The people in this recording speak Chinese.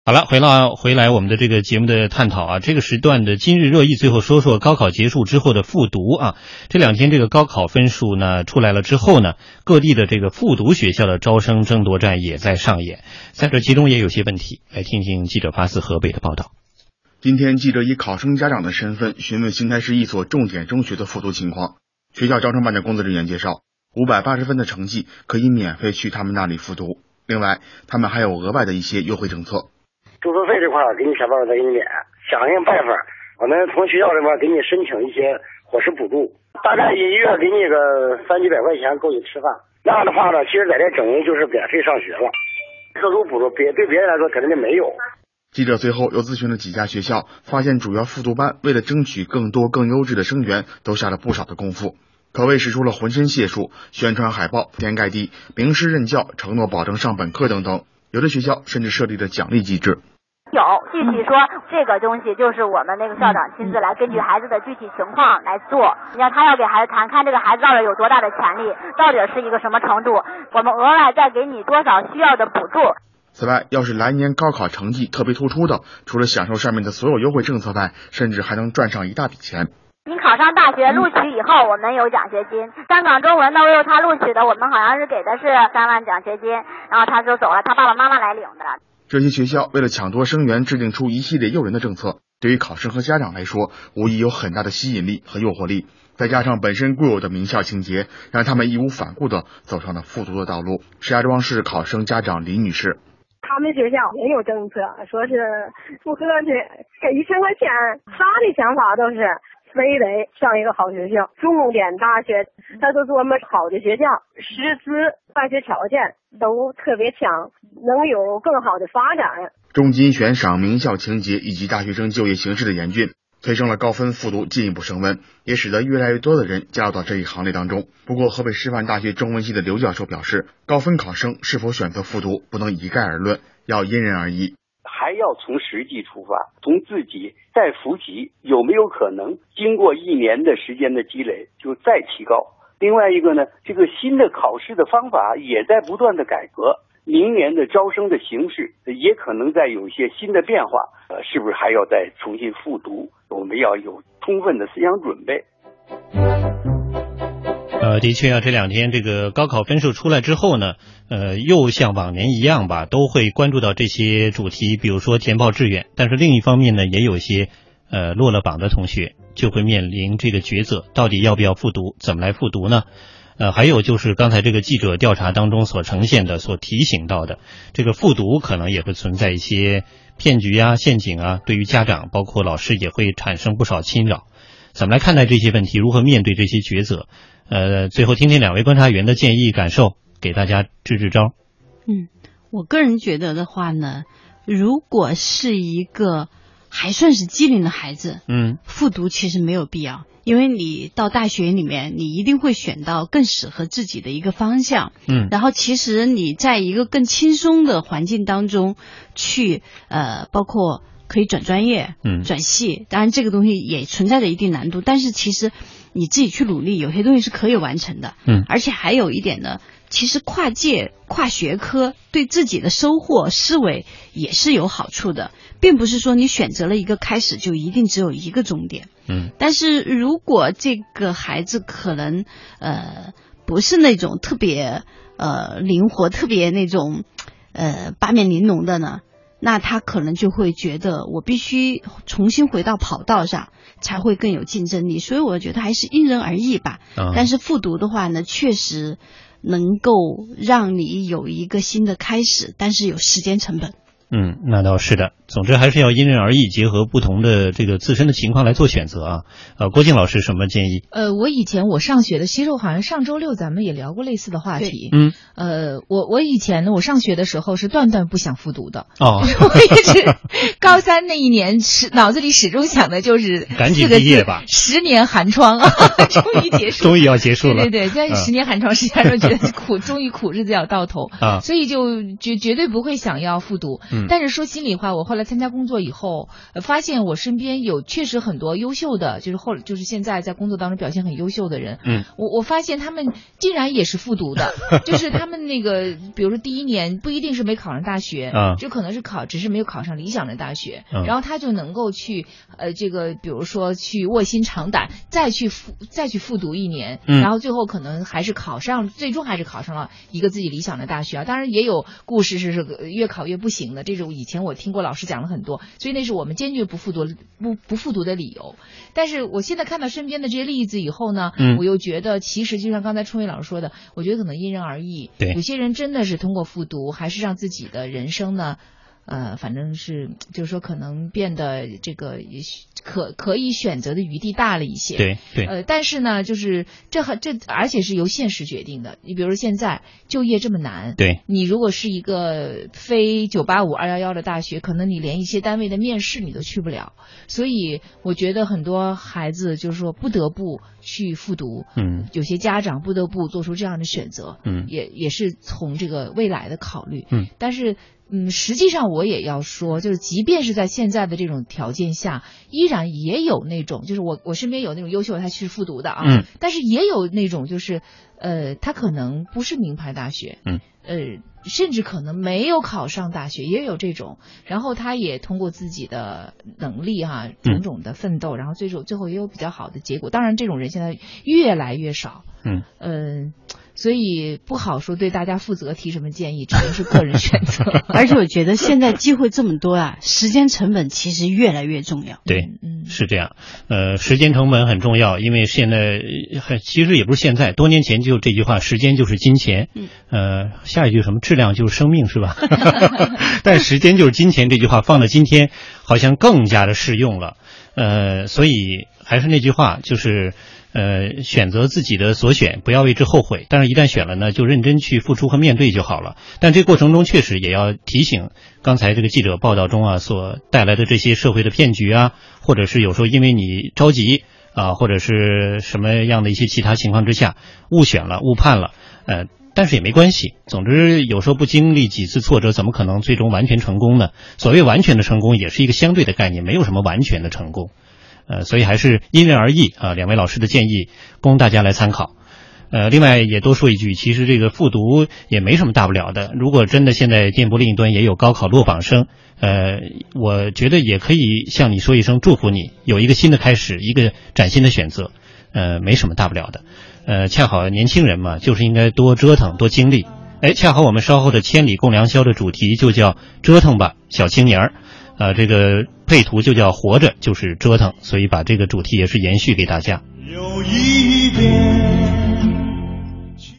好了，回来我们的这个节目的探讨啊，这个时段的今日热议，最后说说高考结束之后的复读啊。这2天这个高考分数呢出来了之后呢，各地的这个复读学校的招生争夺战也在上演，在这其中也有些问题，来听听记者发自河北的报道。 今天记者以考生家长的身份询问邢台市一所重点中学的复读情况，学校招生办的工作人员介绍，580分的成绩可以免费去他们那里复读，另外他们还有额外的一些优惠政策。 住宿费这块给你想办法再给你免，响应办法，我们从学校这边给你申请一些伙食补助，大概1月给你个300几百块钱够你吃饭。那样的话呢，其实在这等于就是免费上学了，特殊补助对别人来说肯定就没有。 记者随后又咨询了几家学校，发现主要复读班为了争取更多更优质的生源，都下了不少的功夫，可谓使出了浑身解数，宣传海报铺天盖地，名师任教，承诺保证上本科等等。有的学校甚至设立了奖励机制。 有具体说这个东西就是我们那个校长亲自来根据孩子的具体情况来做，你看他要给孩子谈，看这个孩子到底有多大的潜力，到底是一个什么程度，我们额外再给你多少需要的补助。 此外，要是来年高考成绩特别突出的，除了享受上面的所有优惠政策外，甚至还能赚上一大笔钱。 你考上大学录取以后，我们有奖学金。香港中文的为他录取的，我们好像是给的是3万奖学金，然后他就走了，他爸爸妈妈来领的。 这些学校为了抢夺生源，制定出一系列诱人的政策，对于考生和家长来说，无疑有很大的吸引力和诱惑力。再加上本身固有的名校情节，让他们义无反顾地走上了复读的道路。石家庄市考生家长李女士， 他们学校也有政策，说是不合适给1000块钱，啥的想法都是非得上一个好学校，重点大学，他都是我们好的学校，师资、办学条件都特别强，能有更好的发展。 重金悬赏名校情节以及大学生就业形势的严峻，催生了高分复读进一步升温，也使得越来越多的人加入到这一行列当中。不过河北师范大学中文系的刘教授表示，高分考生是否选择复读不能一概而论，要因人而异， 还要从实际出发，从自己再复习有没有可能经过1年的时间的积累就再提高。另外一个呢，这个新的考试的方法也在不断的改革，明年的招生的形式也可能再有一些新的变化，是不是还要再重新复读？我们要有充分的思想准备。 的确啊，这2天这个高考分数出来之后呢，又像往年一样吧，都会关注到这些主题，比如说填报志愿。但是另一方面呢，也有些落了榜的同学就会面临这个抉择，到底要不要复读，怎么来复读呢？还有就是刚才这个记者调查当中所呈现的、所提醒到的，这个复读可能也会存在一些骗局啊、陷阱啊，对于家长包括老师也会产生不少侵扰。怎么来看待这些问题？如何面对这些抉择？最后听听2位观察员的建议感受，给大家支招。 我个人觉得的话呢，如果是一个还算是机灵的孩子，复读其实没有必要，因为你到大学里面，你一定会选到更适合自己的一个方向。然后其实你在一个更轻松的环境当中去，包括可以转专业、转系，当然这个东西也存在着一定难度，但是其实你自己去努力，有些东西是可以完成的。而且还有一点呢，其实跨界、跨学科对自己的收获、思维也是有好处的，并不是说你选择了一个开始就一定只有一个终点。但是如果这个孩子可能不是那种特别灵活、特别那种八面玲珑的呢，那他可能就会觉得我必须重新回到跑道上才会更有竞争力，所以我觉得还是因人而异吧。但是复读的话呢，确实能够让你有一个新的开始，但是有时间成本。 那倒是的。总之还是要因人而异，结合不同的这个自身的情况来做选择啊。郭靖老师什么建议？ 我上学的，其实我好像上周六咱们也聊过类似的话题。我以前呢，我上学的时候是断断不想复读的。我一直高3那一年脑子里始终想的就是赶紧毕业吧 ，10年寒窗终于结束， 终于要结束了。 对，在10年寒窗时间中觉得苦，终于苦日子要到头所以就绝对不会想要复读。但是说心里话，我后来来参加工作以后，发现我身边有确实很多优秀的，就是现在在工作当中表现很优秀的人。我发现他们竟然也是复读的，就是他们那个，比如说第一年不一定是没考上大学，就可能是只是没有考上理想的大学，然后他就能够去这个比如说去卧薪尝胆，再去复读1年，然后最后可能还是最终还是考上了一个自己理想的大学啊。当然也有故事是越考越不行的，这种以前我听过老师讲了很多，所以那是我们坚决不复读的理由。但是我现在看到身边的这些例子以后呢，我又觉得其实就像刚才春伟老师说的，我觉得可能因人而异。 对， 有些人真的是通过复读，还是让自己的人生呢，反正是就是说可能变得这个可以选择的余地大了一些。 对。 但是呢，就是这而且是由现实决定的。你比如说现在就业这么难， 对， 你如果是一个非985、211的大学，可能你连一些单位的面试你都去不了。所以我觉得很多孩子就是说不得不去复读，有些家长不得不做出这样的选择，也是从这个未来的考虑，但是。实际上我也要说，就是即便是在现在的这种条件下，依然也有那种，就是我身边有那种优秀的他去复读的啊，但是也有那种就是他可能不是名牌大学，甚至可能没有考上大学，也有这种，然后他也通过自己的能力种种的奋斗，然后最后也有比较好的结果。当然这种人现在越来越少，所以不好说对大家负责提什么建议，只能是个人选择。 而且我觉得现在机会这么多啊，时间成本其实越来越重要。 对，是这样。时间成本很重要，因为现在其实也不是现在，多年前就这句话，时间就是金钱。下一句什么质量就是生命，是吧？但时间就是金钱这句话放到今天好像更加的适用了。所以还是那句话，就是选择自己的所选，不要为之后悔。但是一旦选了呢，就认真去付出和面对就好了。但这过程中确实也要提醒，刚才这个记者报道中所带来的这些社会的骗局或者是有时候因为你着急或者是什么样的一些其他情况之下误选了、误判了，但是也没关系。总之有时候不经历几次挫折，怎么可能最终完全成功呢？所谓完全的成功也是一个相对的概念，没有什么完全的成功。所以还是因人而异两位老师的建议供大家来参考。另外也多说一句，其实这个复读也没什么大不了的。如果真的现在电波另一端也有高考落榜生，我觉得也可以向你说一声祝福你，有一个新的开始，一个崭新的选择，没什么大不了的。恰好年轻人嘛，就是应该多折腾，多经历。恰好我们稍后的千里共良宵的主题就叫折腾吧小青年儿。这个配图就叫活着就是折腾，所以把这个主题也是延续给大家。 有一遍